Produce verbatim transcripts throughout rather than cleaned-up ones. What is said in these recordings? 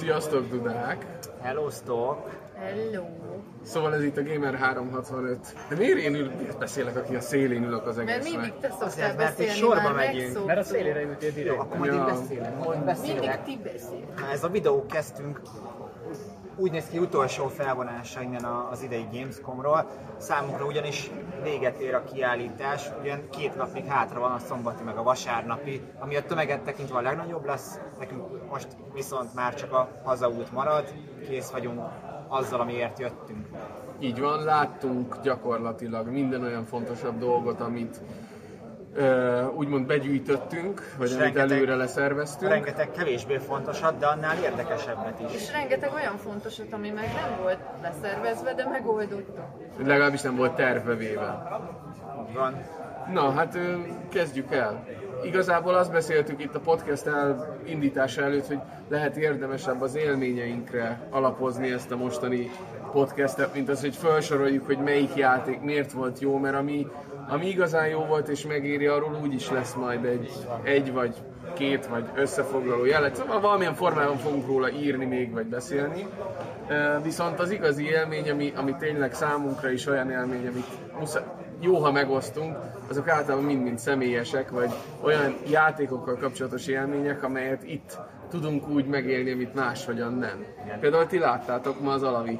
Sziasztok, Dudák! Hello, Stock! Hello! Szóval ez itt a Gamer háromszázhatvanöt. De miért én ül, beszélek, aki a szélén ülök az egész? Mert mindig te szoktál Azért, mert beszélni, egy sorba már megyünk. megszoktuk. Mert a szélére ültél direkt. Jó, akkor majd Ja. én beszélek, majd Mindig beszélek. ti beszél. Na, ez a videó kezdtünk, úgy néz ki utolsó felvonása innen az idei Gamescomról. Számunkra ugyanis véget ér a kiállítás, ugyan két nap még hátra van, a szombati meg a vasárnapi, ami a tömeget tekintve a legnagyobb lesz, nekünk most viszont már csak a hazaút marad, kész vagyunk azzal, amiért jöttünk. Így van, láttunk gyakorlatilag minden olyan fontosabb dolgot, amit ö, úgymond begyűjtöttünk, vagy És amit rengeteg- előre leszerveztünk. Rengeteg kevésbé fontosat, de annál érdekesebbet is. És rengeteg olyan fontosat, ami meg nem volt leszervezve, de megoldottuk. Legalábbis nem volt tervbe véve. Így van. Na, hát ö, kezdjük el. Igazából azt beszéltük itt a podcast elindítása előtt, hogy lehet érdemesebb az élményeinkre alapozni ezt a mostani podcastet, mint az, hogy felsoroljuk, hogy melyik játék miért volt jó, mert ami, ami igazán jó volt és megéri, arról úgyis lesz majd egy, egy vagy két vagy összefoglaló jelleg. Szóval valamilyen formában fogunk róla írni még, vagy beszélni. Viszont az igazi élmény, ami, ami tényleg számunkra is olyan élmény, amit muszáj, jó, ha megosztunk, azok általában mind-mind személyesek, vagy olyan játékokkal kapcsolatos élmények, amelyet itt tudunk úgy megélni, amit máshogyan nem. Például ti láttátok ma az Alavi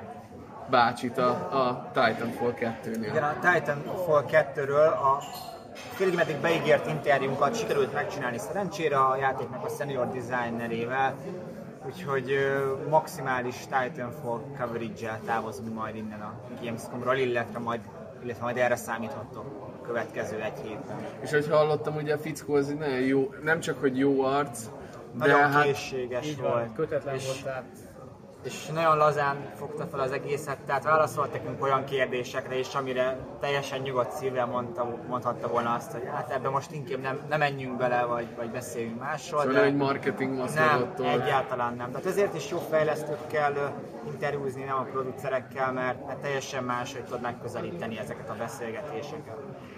bácsit a, a Titanfall kettőnél. Igen, a Titanfall kettőről a félig meddig beígért interjúnkat sikerült megcsinálni szerencsére a játéknak a senior designerével, úgyhogy ö, maximális Titanfall coverage-el távozunk majd innen a Gamescomról, illetve majd, illetve majd erre számíthatok a következő egy hétben. És hogy hallottam, ugye a fickó az egy nagyon jó, nem csak hogy jó arc, de Nagyon hát készséges Így volt. van, kötetlen és, volt, tehát és nagyon lazán fogta fel az egészet, tehát válaszolt nekünk olyan kérdésekre is, amire teljesen nyugodt szívvel mondta, mondhatta volna azt, hogy hát ebben most inkább nem, nem menjünk bele, vagy, vagy beszéljünk másról. szóval egy marketing nem, maszkalottól. egyáltalán nem. Tehát ezért is jó fejlesztőkkel ö, interjúzni, nem a producerekkel, mert, mert teljesen más, hogy tud megközelíteni ezeket a beszélgetéseket.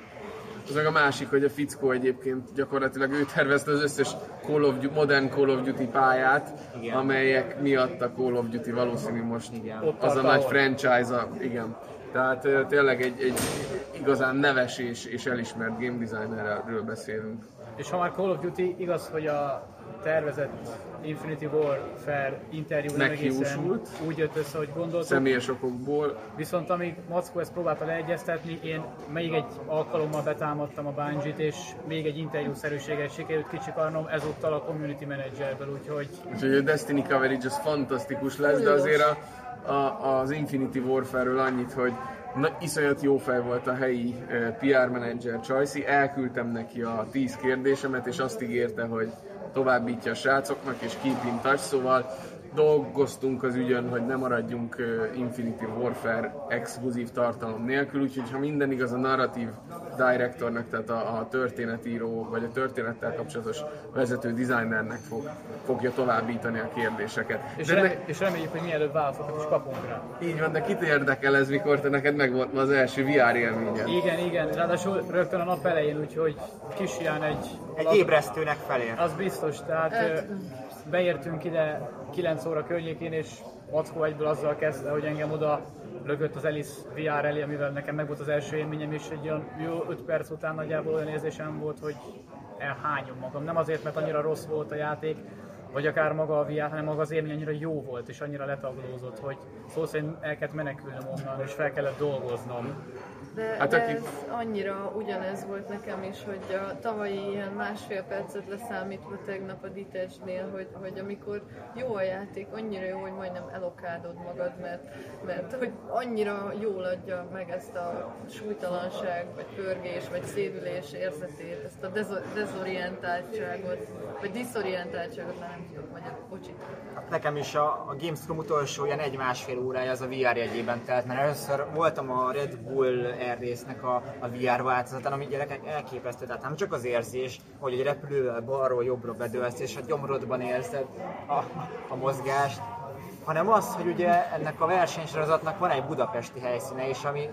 Az meg a másik, hogy a fickó egyébként gyakorlatilag ő tervezte az összes Call of Duty, modern Call of Duty pályát, Igen. amelyek miatt a Call of Duty valószínű most Igen. Ott az a tart, nagy ahol. franchise-a, igen. Tehát ö, tényleg egy, egy igazán neves és, és elismert game designerről beszélünk. és ha már Call of Duty, igaz, hogy a tervezett Infinity Warfare interjú nem egészen Meghiúsult. úgy jött össze, hogy gondoltuk. Személyes okokból. Viszont amíg Mackó ezt próbálta leegyeztetni, én még egy alkalommal betámadtam a Bungie-t, és még egy interjúszerűséget sikerült kicsikarnom ezúttal a community managerből, úgyhogy Úgyhogy a Destiny coverage az fantasztikus lesz, de azért a, a, az Infinity Warfare-ről annyit, hogy na, iszonyat jó fej volt a helyi uh, pé er menedzser Csajci, elküldtem neki a tíz kérdésemet, és azt ígérte, hogy továbbítja a srácoknak, és keep in touch, szóval dolgoztunk az ügyön, hogy ne maradjunk uh, Infinity Warfare exkluzív tartalom nélkül, úgyhogy ha minden igaz, a narratív directornak, tehát a, a történetíró, vagy a történettel kapcsolatos vezető designernek fog, fogja továbbítani a kérdéseket. és, De rem, ne- és reméljük, hogy mielőbb válaszokat is kapunk rá. így van, de kit érdekel ez, mikor te neked megvolt ma az első vé er élményed? Igen, igen, ráadásul rögtön a nap elején, úgyhogy kis ilyen egy... Egy ébresztőnek felér. Az biztos, tehát ö, beértünk ide kilenc óra környékén, és Mackó egyből azzal kezdte, hogy engem oda lökött az Alice vé er elé, amivel nekem meg volt az első élményem, és egy olyan jó öt perc után nagyjából olyan érzésem volt, hogy elhányom magam. Nem azért, mert annyira rossz volt a játék, vagy akár maga a vé er, hanem maga az élmény annyira jó volt, és annyira letaglózott, hogy szó szerint el kellett menekülnöm onnan, és fel kellett dolgoznom. De, Hát hát de aki- ez annyira ugyanez volt nekem is, hogy a tavalyi ilyen másfél percet leszámítva tegnap a Ditesnél, hogy, hogy amikor jó a játék, annyira jó, hogy majdnem elokádod magad, mert, mert hogy annyira jól adja meg ezt a súlytalanság, vagy pörgés, vagy szédülés érzetét, ezt a dezo- dezorientáltságot, vagy diszorientáltságot, már nem tudok magyar, bocsit. Nekem is a, a Gamescom utolsó ilyen egy-másfél órája az a vé er jegyében telt, mert először voltam a Red Bull Air résznek a, a vé er változatán, ami gyerekek elképesztő, tehát nem csak az érzés, hogy egy repülővel balról jobbra bedőlsz, és a gyomrodban érzed a, a mozgást, hanem az, hogy ugye ennek a versenysorozatnak van egy budapesti helyszíne is, ami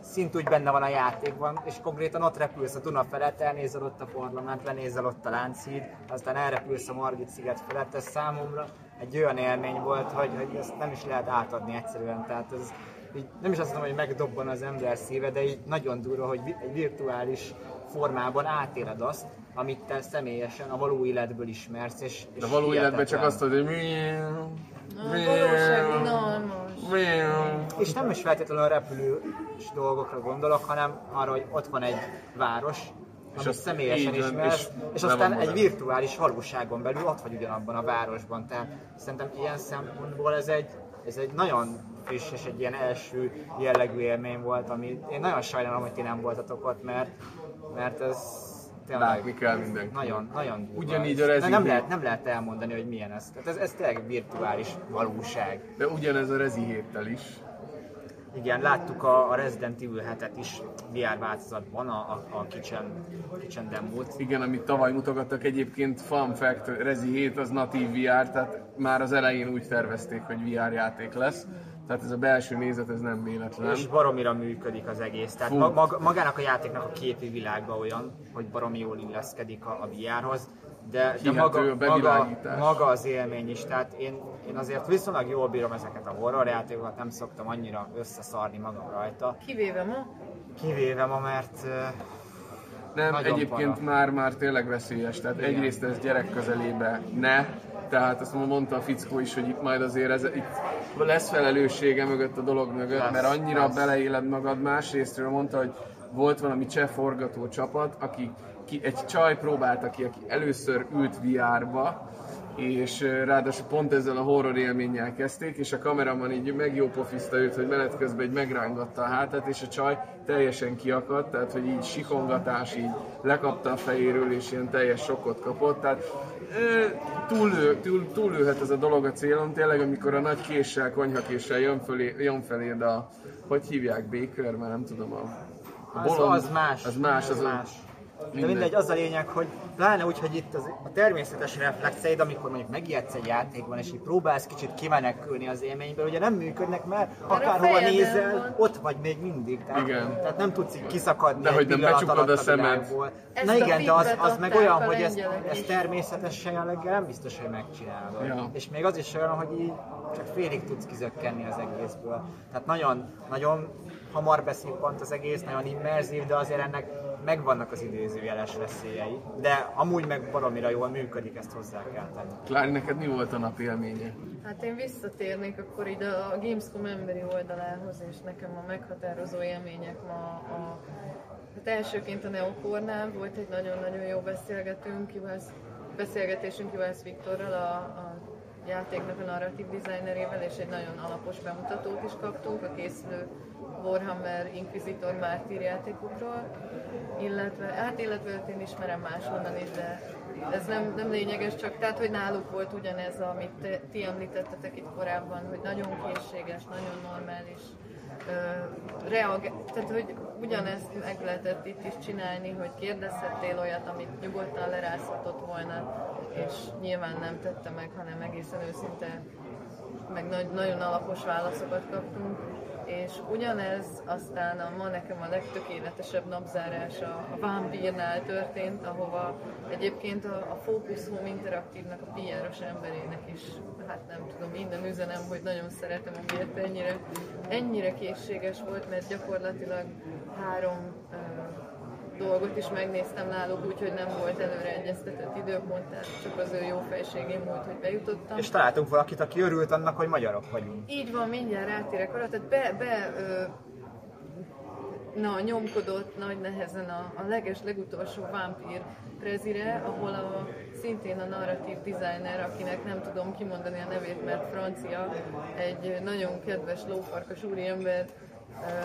szint úgy benne van a játékban, és konkrétan ott repülsz a Duna felett, elnézel ott a parlament, lenézel ott a Lánchíd, aztán elrepülsz a Margit sziget felett, ez számomra egy olyan élmény volt, hogy, hogy ezt nem is lehet átadni egyszerűen, tehát ez így, nem is azt mondom, hogy megdobban az ember szíve, de így nagyon durva, hogy egy virtuális formában átéled azt, amit te személyesen a való életből ismersz, és, és de a való életben csak azt tudod, hogy és nem is feltétlenül a repülős dolgokra gondolok, hanem arra, hogy ott van egy város, amit személyesen ismersz, és, és aztán egy virtuális valóságon belül ott vagy ugyanabban a városban. Tehát szerintem ilyen szempontból ez egy, ez egy nagyon friss és egy ilyen első jellegű élmény volt, ami én nagyon sajnálom, hogy ti nem voltatok ott, mert, mert ez látni kell mindenki. Nagyon, nagyon ugyanígy a Resident nem lehet, nem lehet elmondani, hogy milyen ez. Tehát ez, ez tényleg virtuális valóság. De ugyanez a Rezi héttel is. Igen, láttuk a, a Resident Evil hetet is vé er változatban, a, a, a Kitchen, Kitchen Demo-t. Igen, amit tavaly mutogattak egyébként, fun fact, Rezi hét az natív vé er, tehát már az elején úgy tervezték, hogy vé er játék lesz. Tehát ez a belső nézet, ez nem véletlen. És baromira működik az egész. Tehát mag, magának a játéknak a képi világa olyan, hogy baromi jól illeszkedik a, a vé er-hoz. De, de maga, maga, maga az élmény is, tehát én, én azért viszonylag jól bírom ezeket a horror játékokat, nem szoktam annyira összeszarni magam rajta. Kivéve ma? Kivéve ma, mert uh, nem, egyébként már, már tényleg veszélyes, tehát igen. Egyrészt ez gyerek közelébe ne, tehát azt mondta a fickó is, hogy itt majd azért ez, itt lesz felelőssége mögött a dolog mögött, lesz, mert annyira lesz. Beleéled magad, másrésztről mondta, hogy volt valami cseh forgató csapat, aki ki, egy csaj próbálta ki, aki először ült vé er-ba, és ráadásul pont ezzel a horror élménnyel kezdték, és a kameraman így megjópofizta őt, hogy menet közben így megrángatta a hátát, és a csaj teljesen kiakadt, tehát hogy így sikongatás, így lekapta a fejéről, és ilyen teljes sokkot kapott, tehát túllő, túl, túllőhet ez a dolog a célon, tényleg amikor a nagy késsel, konyhakéssel jön, fölé, jön feléd a, hogy hívják, Baker, mert nem tudom, a, a bolond, az, az más, az más, az, az más. De mindegy, az a lényeg, hogy pláne úgy, hogy itt az, a természetes reflexeid, amikor mondjuk megijedsz egy játékban, és így próbálsz kicsit kimenekülni az élményből, ugye nem működnek, mert akárhova nézel, ott vagy még mindig. Tehát, igen. Tehát nem tudsz így kiszakadni de egy hogy nem becsukod a szemed. Na igen, de az, az meg olyan, hogy ez, ez természetes jelleggel nem biztos, hogy megcsinálod. Ja. És még az is olyan, hogy így csak félig tudsz kizökkenni az egészből. Tehát nagyon, nagyon hamar beszippant az egész, nagyon immerzív, de azért ennek megvannak az idézőjeles veszélyei, de amúgy meg baromira jól működik, ezt hozzá kell tenni. Klári, neked mi volt a nap élménye? Hát én visszatérnék akkor ide a Gamescom emberi oldalához, és nekem a meghatározó élmények ma a... Hát elsőként a Neokornál volt egy nagyon-nagyon jó beszélgetünk, Juhász, beszélgetésünk Juhász Viktorral, a, a játéknak a narratív designerével, és egy nagyon alapos bemutatót is kaptunk a készülő Warhammer Inquisitor Mártír játékokról, illetve, hát illetve én ismerem máshonnan is, de ez nem, nem lényeges, csak tehát, hogy náluk volt ugyanez, amit te, ti említettetek itt korábban, hogy nagyon készséges, nagyon normális, uh, reagál, tehát hogy ugyanezt meg lehetett itt is csinálni, hogy kérdezhettél olyat, amit nyugodtan lerázhatott volna, és nyilván nem tette meg, hanem egészen őszinte, meg nagy, nagyon alapos válaszokat kaptunk. És ugyanez aztán a, ma nekem a legtökéletesebb napzárása a Vampírnál történt, ahova egyébként a, a Focus Home Interaktívnak a pé er-os emberének is, hát nem tudom, minden üzenem, hogy nagyon szeretem, amiért ennyire, ennyire készséges volt, mert gyakorlatilag három uh, dolgot is megnéztem náluk, úgyhogy nem volt előre egyeztetett időpont, tehát csak az ő jó fejségén múlt, hogy bejutottam. És találtunk valakit, aki örült annak, hogy magyarok vagyunk. Így van, mindjárt rátérek arra, tehát be, be ö, na, nyomkodott nagy nehezen a, a leges legutolsó Vampír prezire, ahol a, szintén a narratív designer, akinek nem tudom kimondani a nevét, mert francia, egy nagyon kedves lófarkas úriember,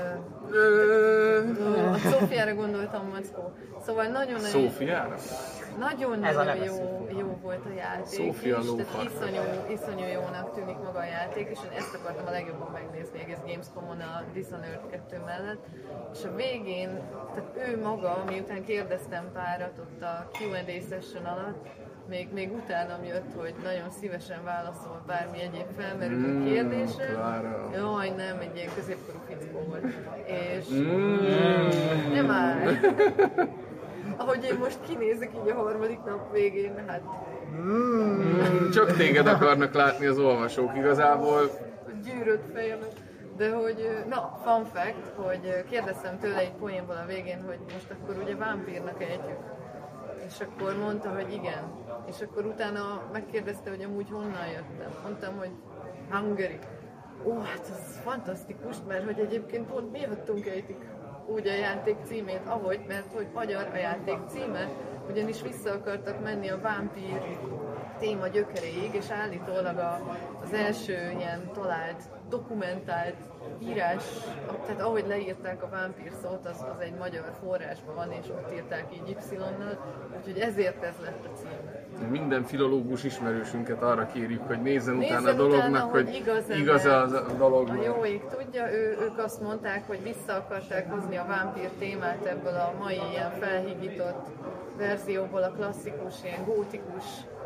Uh, uh, Szófiára gondoltam, Mackó. Szóval nagyon-nagyon... Szófiára? Nagyon-nagyon jó, jó volt a játék Szófia is, lófa. tehát iszonyú, iszonyú jónak tűnik maga a játék, és én ezt akartam a legjobban megnézni egész Gamescom-on a Dishonored kettő mellett. És a végén, tehát ő maga, miután kérdeztem párat ott a Q and A session alatt, még, még utánam jött, hogy nagyon szívesen válaszol bármi egyéb felmerülő Mm, kérdésre. Clara. Jaj, nem, egy ilyen középkorú fickó volt. És Mm. nem áll. Ahogy én most kinézek így a harmadik nap végén, hát Mm, csak téged akarnak látni az olvasók igazából. gyűrött fejemet. De hogy, na, fun fact, hogy kérdeztem tőle egy poénból a végén, hogy most akkor ugye vámpírnak ejtjük. És akkor mondta, hogy igen. És akkor utána megkérdezte, hogy amúgy honnan jöttem. Mondtam, hogy Hungary. Ó, hát ez fantasztikus, mert hogy egyébként pont miattunk ejtik úgy a játék címét, ahogy, mert hogy magyar a játék címe, ugyanis vissza akartak menni a vámpír téma gyökeréig, és állítólag a, az első ilyen talált, dokumentált írás, tehát ahogy leírták a vámpír szót, az, az egy magyar forrásban van, és ott írták így Y-nal, úgyhogy ezért ez lett a cím. Minden filológus ismerősünket arra kérjük, hogy nézzen, Nézzen utána a dolognak, utána, hogy hogy igaz-e, igaz az a dolog. A jó ég tudja, ő, ők azt mondták, hogy vissza akarták hozni a vámpír témát ebből a mai ilyen felhigított verzióból, a klasszikus, ilyen gótikus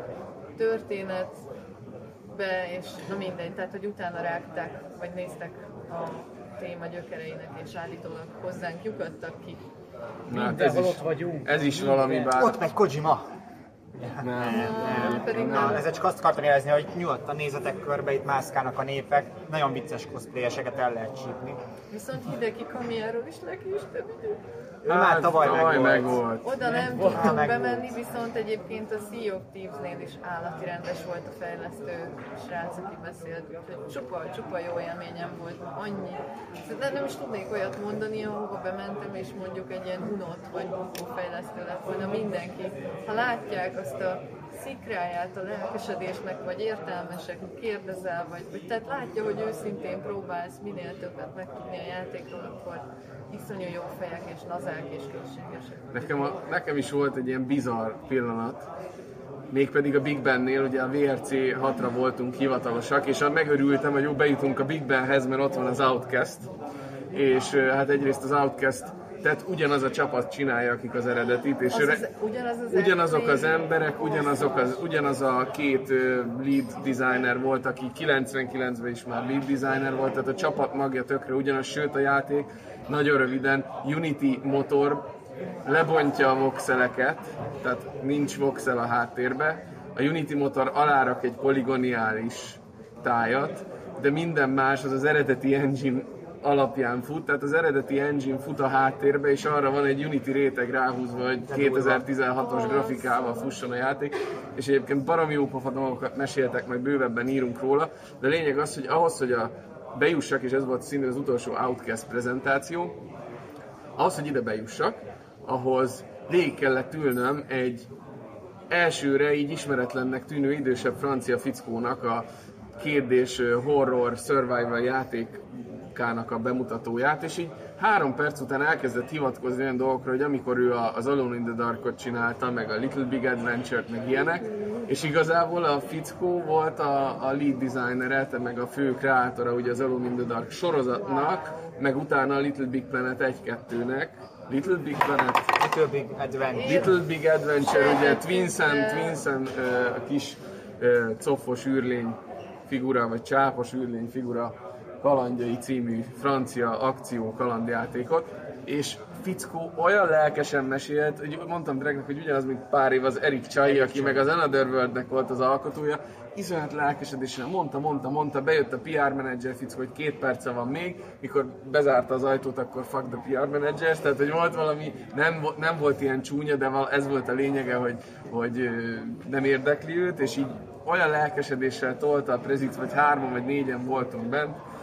történetbe, és na mindegy, tehát hogy utána rágták, vagy néztek a téma gyökereinek, és állítólag hozzánk lyukadtak ki. Na, hát ez Mindenhol is, ott vagyunk. ez is valami bár... Ott megy Kojima! Nem, Nem, pedig Na, nem. ezzel csak azt akartam jelezni, hogy nyugodtan nézzetek körbe, itt mászkálnak a népek, nagyon vicces cosplayeseket el lehet csípni. Viszont Hideki Kamiáról is lekéstem idő. Ő már tavaly meg meg volt. volt. Oda nem volt. tudtunk Meg bemenni, viszont egyébként a Sea of Thieves-nél is állati rendes volt a fejlesztő srác, aki beszélt, úgyhogy csupa, csupa jó élményem volt, annyi. Szóval nem is tudnék olyat mondani, ahova bementem, és mondjuk egy ilyen unott vagy bunkó fejlesztő lett volna mindenki. Ha látják azt a szikráját a lelkesedésnek, vagy értelmesek, kérdezel, vagy, vagy tehát látja, hogy őszintén próbálsz minél többet megtudni a játékról, akkor iszonyú jó fejek és lazák és készségesek. Nekem, a, nekem is volt egy ilyen bizarr pillanat, mégpedig a Big Bennél, ugye a vé er cé hatra voltunk hivatalosak, és megörültem, hogy jó, bejutunk a Big Benhez, mert ott van az Outcast, és hát egyrészt az Outcast, tehát ugyanaz a csapat csinálja, akik az eredetit, és Az őre, az, ugyanaz az ugyanazok az er pé gé emberek, ugyanazok az, ugyanaz a két uh, lead designer volt, aki kilencvenkilencben is már lead designer volt, tehát a csapat magja tökre ugyanaz, sőt a játék nagyon röviden Unity motor lebontja a voxeleket, tehát nincs voxel a háttérbe, a Unity motor alárak egy poligoniális tájat, de minden más az az eredeti engine alapján fut, tehát az eredeti engine fut a háttérbe, és arra van egy Unity réteg ráhúzva, hogy kétezer-tizenhatos grafikával fusson a játék, és egyébként baromi jó pofa dolgokat meséltek, meg bővebben írunk róla, de a lényeg az, hogy ahhoz, hogy a bejussak, és ez volt szintén az utolsó Outcast prezentáció, ahhoz, hogy ide bejussak, ahhoz végig kellett ülnöm egy elsőre így ismeretlennek tűnő idősebb francia fickónak a kérdés horror survival játékának a bemutatóját, és így három perc után elkezdett hivatkozni olyan dolgokra, hogy amikor ő az Alone in the Darkot csinálta, meg a Little Big Adventure-t, meg ilyenek, és igazából a fickó volt a, a lead designere, meg a fő kreátora ugye az Alone in the Dark sorozatnak, meg utána a Little Big Planet egy-kettőnek. Little Big Planet, Little Big Adventure. Little Big Adventure, ugye Twincent, Twincent a kis ö, coffos űrlény figura, vagy csápos űrlény figura kalandjai című francia akció kalandjátékot, és fickó olyan lelkesen mesélt, hogy mondtam Dregnek, hogy ugyanaz, mint pár év az Eric Chai, aki meg az Another World-nek volt az alkotója, iszonyat lelkesedésen mondta, mondta, mondta, bejött a pé er menedzser fickó, hogy két perce van még, mikor bezárta az ajtót, akkor fuck the pé er menedzser, tehát hogy volt valami, nem, nem volt ilyen csúnya, de ez volt a lényege, hogy, hogy nem érdekli őt, és így olyan lelkesedéssel tolta a prezit, vagy hárman vagy négyen voltunk bent,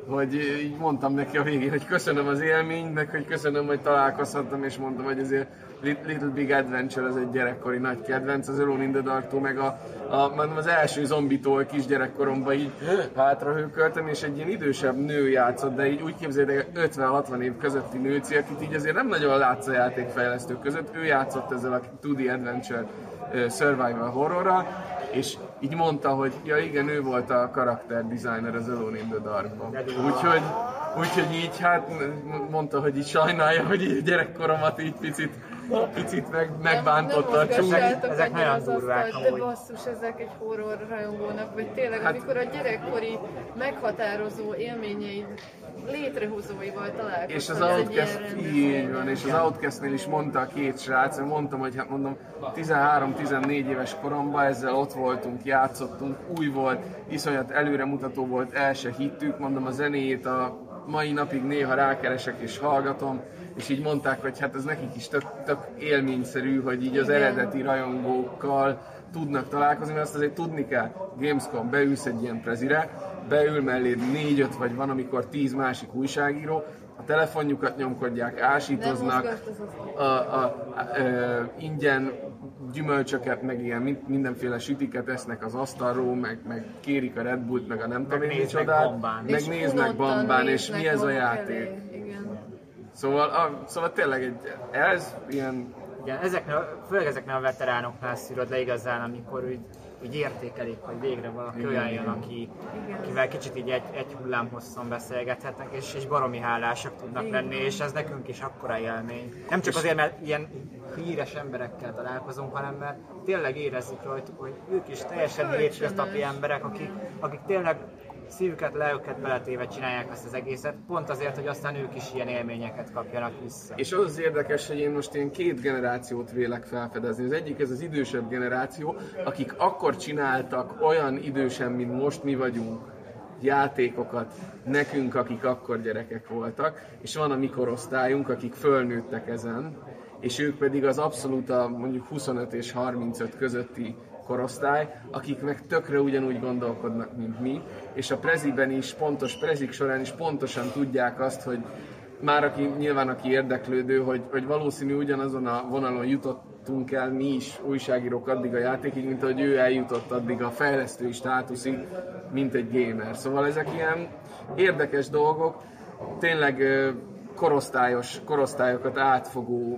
hogy így mondtam neki a végén, hogy köszönöm az élményt, meg hogy köszönöm, hogy találkozhattam, és mondtam, hogy azért Little Big Adventure az egy gyerekkori nagy kedvenc, az Alone in the Dark-tól, meg a, a, az első zombitól kisgyerekkoromban így hátrahőköltem, és egy ilyen idősebb nő játszott, de így úgy képzeljétek, ötven-hatvan év közötti nőci, akit így azért nem nagyon látsz a játékfejlesztők között, ő játszott ezzel a two D Adventure uh, Survival Horrorral, és így mondta, hogy ja igen, ő volt a karakter designer az Alone in the Dark-ban. Úgyhogy, úgyhogy így hát mondta, hogy így sajnálja, hogy így gyerekkoromat így picit, picit meg, megbántotta a csúly. Ezek nagyon durvák de basszus, ezek egy horror rajongónak, vagy tényleg hát, amikor a gyerekkori meghatározó élményeid létrehozóival találkoztam. És az Outcast, így van, és az Outcastnél is mondta a két srác, mondtam, hogy hát mondom, tizenhárom-tizennégy éves koromban ezzel ott voltunk, játszottunk, új volt, iszonyat előremutató volt, el se hittük, mondom a zenéjét a mai napig néha rákeresek és hallgatom, és így mondták, hogy hát ez nekik is tök, tök élményszerű, hogy így az eredeti rajongókkal tudnak találkozni, mert azt azért tudni kell, Gamescom, beülsz egy ilyen prezire, beül melléd négy-öt vagy van, amikor tíz másik újságíró, a telefonjukat nyomkodják, ásítoznak, a, a, a, a, a, ingyen gyümölcsöket, meg ilyen mindenféle sütiket esznek az asztalról, meg, meg kérik a Red Bullt, meg a nem tudom én micsodát, meg néznek Bambán, és mi ez a játék. Igen. Szóval, a, szóval tényleg egy, ez ilyen... Igen, ezeknél, főleg ezeknél a veteránoknál szűröd le igazán, amikor úgy, úgy értékelik, hogy végre valaki olyan jön, aki, akivel kicsit így egy, egy hullámhosszon beszélgethetnek, és, és baromi hálásak tudnak igen. lenni, és ez nekünk is akkora élmény. Nem csak azért, mert ilyen híres emberekkel találkozunk, hanem mert tényleg érezzük rajtuk, hogy ők is teljesen hétköznapi emberek, akik, akik tényleg szívüket, lelküket beletéve csinálják ezt az egészet, pont azért, hogy aztán ők is ilyen élményeket kapjanak vissza. És az az érdekes, hogy én most én két generációt vélek felfedezni. Az egyik ez az idősebb generáció, akik akkor csináltak olyan idősen, mint most mi vagyunk, játékokat nekünk, akik akkor gyerekek voltak, és van a mi korosztályunk, akik fölnőttek ezen, és ők pedig az abszolút a mondjuk huszonöt és harmincöt közötti korosztály, akik meg tökre ugyanúgy gondolkodnak, mint mi, és a preziben is, pontos prezik során is pontosan tudják azt, hogy már aki, nyilván aki érdeklődő, hogy, hogy valószínű ugyanazon a vonalon jutottunk el mi is újságírók addig a játékig, mint ahogy ő eljutott addig a fejlesztői státuszig, mint egy gamer. Szóval ezek ilyen érdekes dolgok, tényleg korosztályos, korosztályokat átfogó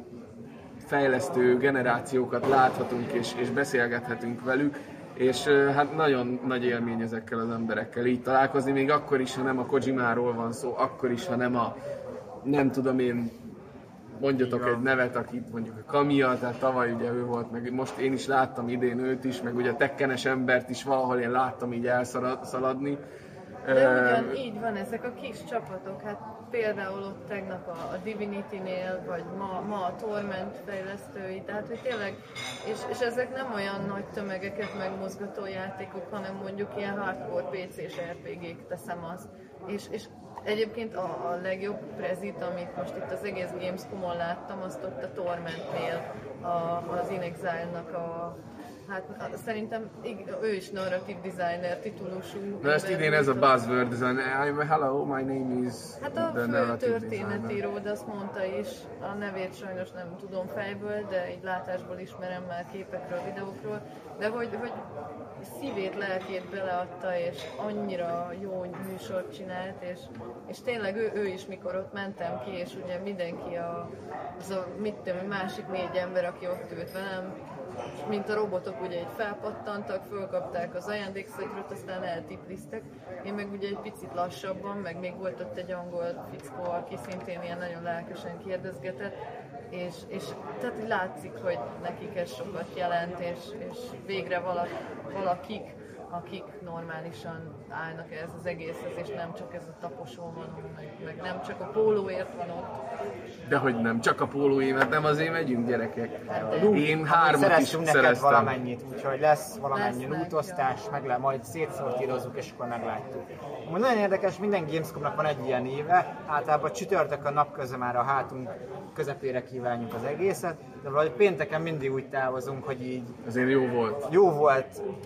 fejlesztő generációkat láthatunk és, és beszélgethetünk velük, és hát nagyon nagy élmény ezekkel az emberekkel így találkozni, még akkor is, ha nem a Kojimáról van szó, akkor is, ha nem a, nem tudom én, mondjatok egy nevet, akit mondjuk a Kamiya, tehát tavaly ugye ő volt, meg most én is láttam idén őt is, meg ugye a tekkenes embert is valahol én láttam így elszaladni. De ugyan így van, ezek a kis csapatok, hát például ott tegnap a, a Divinity-nél, vagy ma, ma a Torment fejlesztői, tehát hogy tényleg, és, és ezek nem olyan nagy tömegeket megmozgató játékok, hanem mondjuk ilyen hardcore pé cés er pé gék, teszem azt. És, és egyébként a, a legjobb prezit, amit most itt az egész Gamescom-on láttam, azt ott a Tormentnél, a, az In Exile-nak a hát szerintem ő is narratív designer titulusú. De ezt idén ez a buzzword, ez a hello, my name is... Hát a fő történetíró, de azt mondta is, a nevét sajnos nem tudom fejből, de így látásból ismerem már képekről, videókról, de hogy, hogy szívét, lelkét beleadta, és annyira jó műsort csinált, és, és tényleg ő, ő is, mikor ott mentem ki, és ugye mindenki a, az a mit tudom, másik négy ember, aki ott ült velem, mint a robotok ugye így felpattantak, fölkapták az ajándékszögről, aztán eltipliztek. Én meg ugye egy picit lassabban, meg még volt ott egy angol fickó, aki szintén ilyen nagyon lelkesen kérdezgetett, és, és tehát látszik, hogy nekik ez sokat jelent, és, és végre valak, valakik, akik normálisan állnak ehhez az egészhez, és nem csak ez a taposó van, meg, meg nem csak a pólóért van ott. De hogy nem csak a pólóért, mert nem azért megyünk, gyerekek. Hát én hármat is szereztem. Valamennyit, úgyhogy lesz valamennyi útosztás, meg le, majd szétszortírozzuk, és akkor meglátjuk. Amúgy nagyon érdekes, minden Gamescomnak van egy ilyen éve, általában csütörtökön napközben már a hátunk közepére kívánjuk az egészet, de valahogy pénteken mindig úgy távozunk, hogy így... Azért jó volt. Jó volt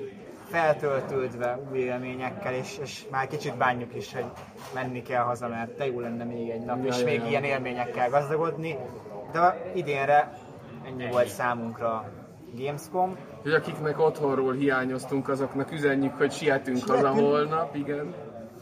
feltöltődve új élményekkel, és, és már kicsit bánjuk is, hogy menni kell haza, mert de jó lenne még egy nap, ja, és ja, még ja. ilyen élményekkel gazdagodni. De idénre ennyi volt számunkra Gamescom. Hogy akiknek otthonról hiányoztunk, azoknak üzenjük, hogy sietünk haza holnap, igen.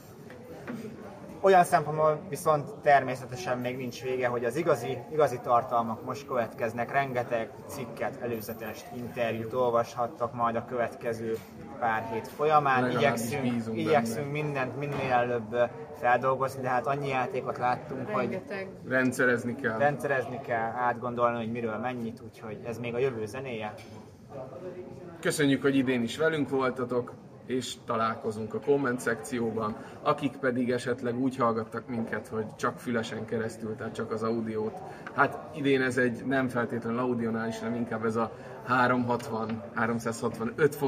Olyan szempontból viszont természetesen még nincs vége, hogy az igazi, igazi tartalmak most következnek. Rengeteg cikket, előzetest, interjút olvashattak majd a következő pár hét folyamán. Igyekszünk, igyekszünk mindent minél előbb feldolgozni, de hát annyi játékot láttunk, rengeteg. hogy rendszerezni kell. rendszerezni kell, átgondolni, hogy miről mennyit, úgyhogy ez még a jövő zenéje. Köszönjük, hogy idén is velünk voltatok, és találkozunk a komment szekcióban. Akik pedig esetleg úgy hallgattak minket, hogy csak fülesen keresztül, tehát csak az audiót. Hát idén ez egy nem feltétlenül audionális, hanem inkább ez a háromszázhatvan háromszázhatvanöt fok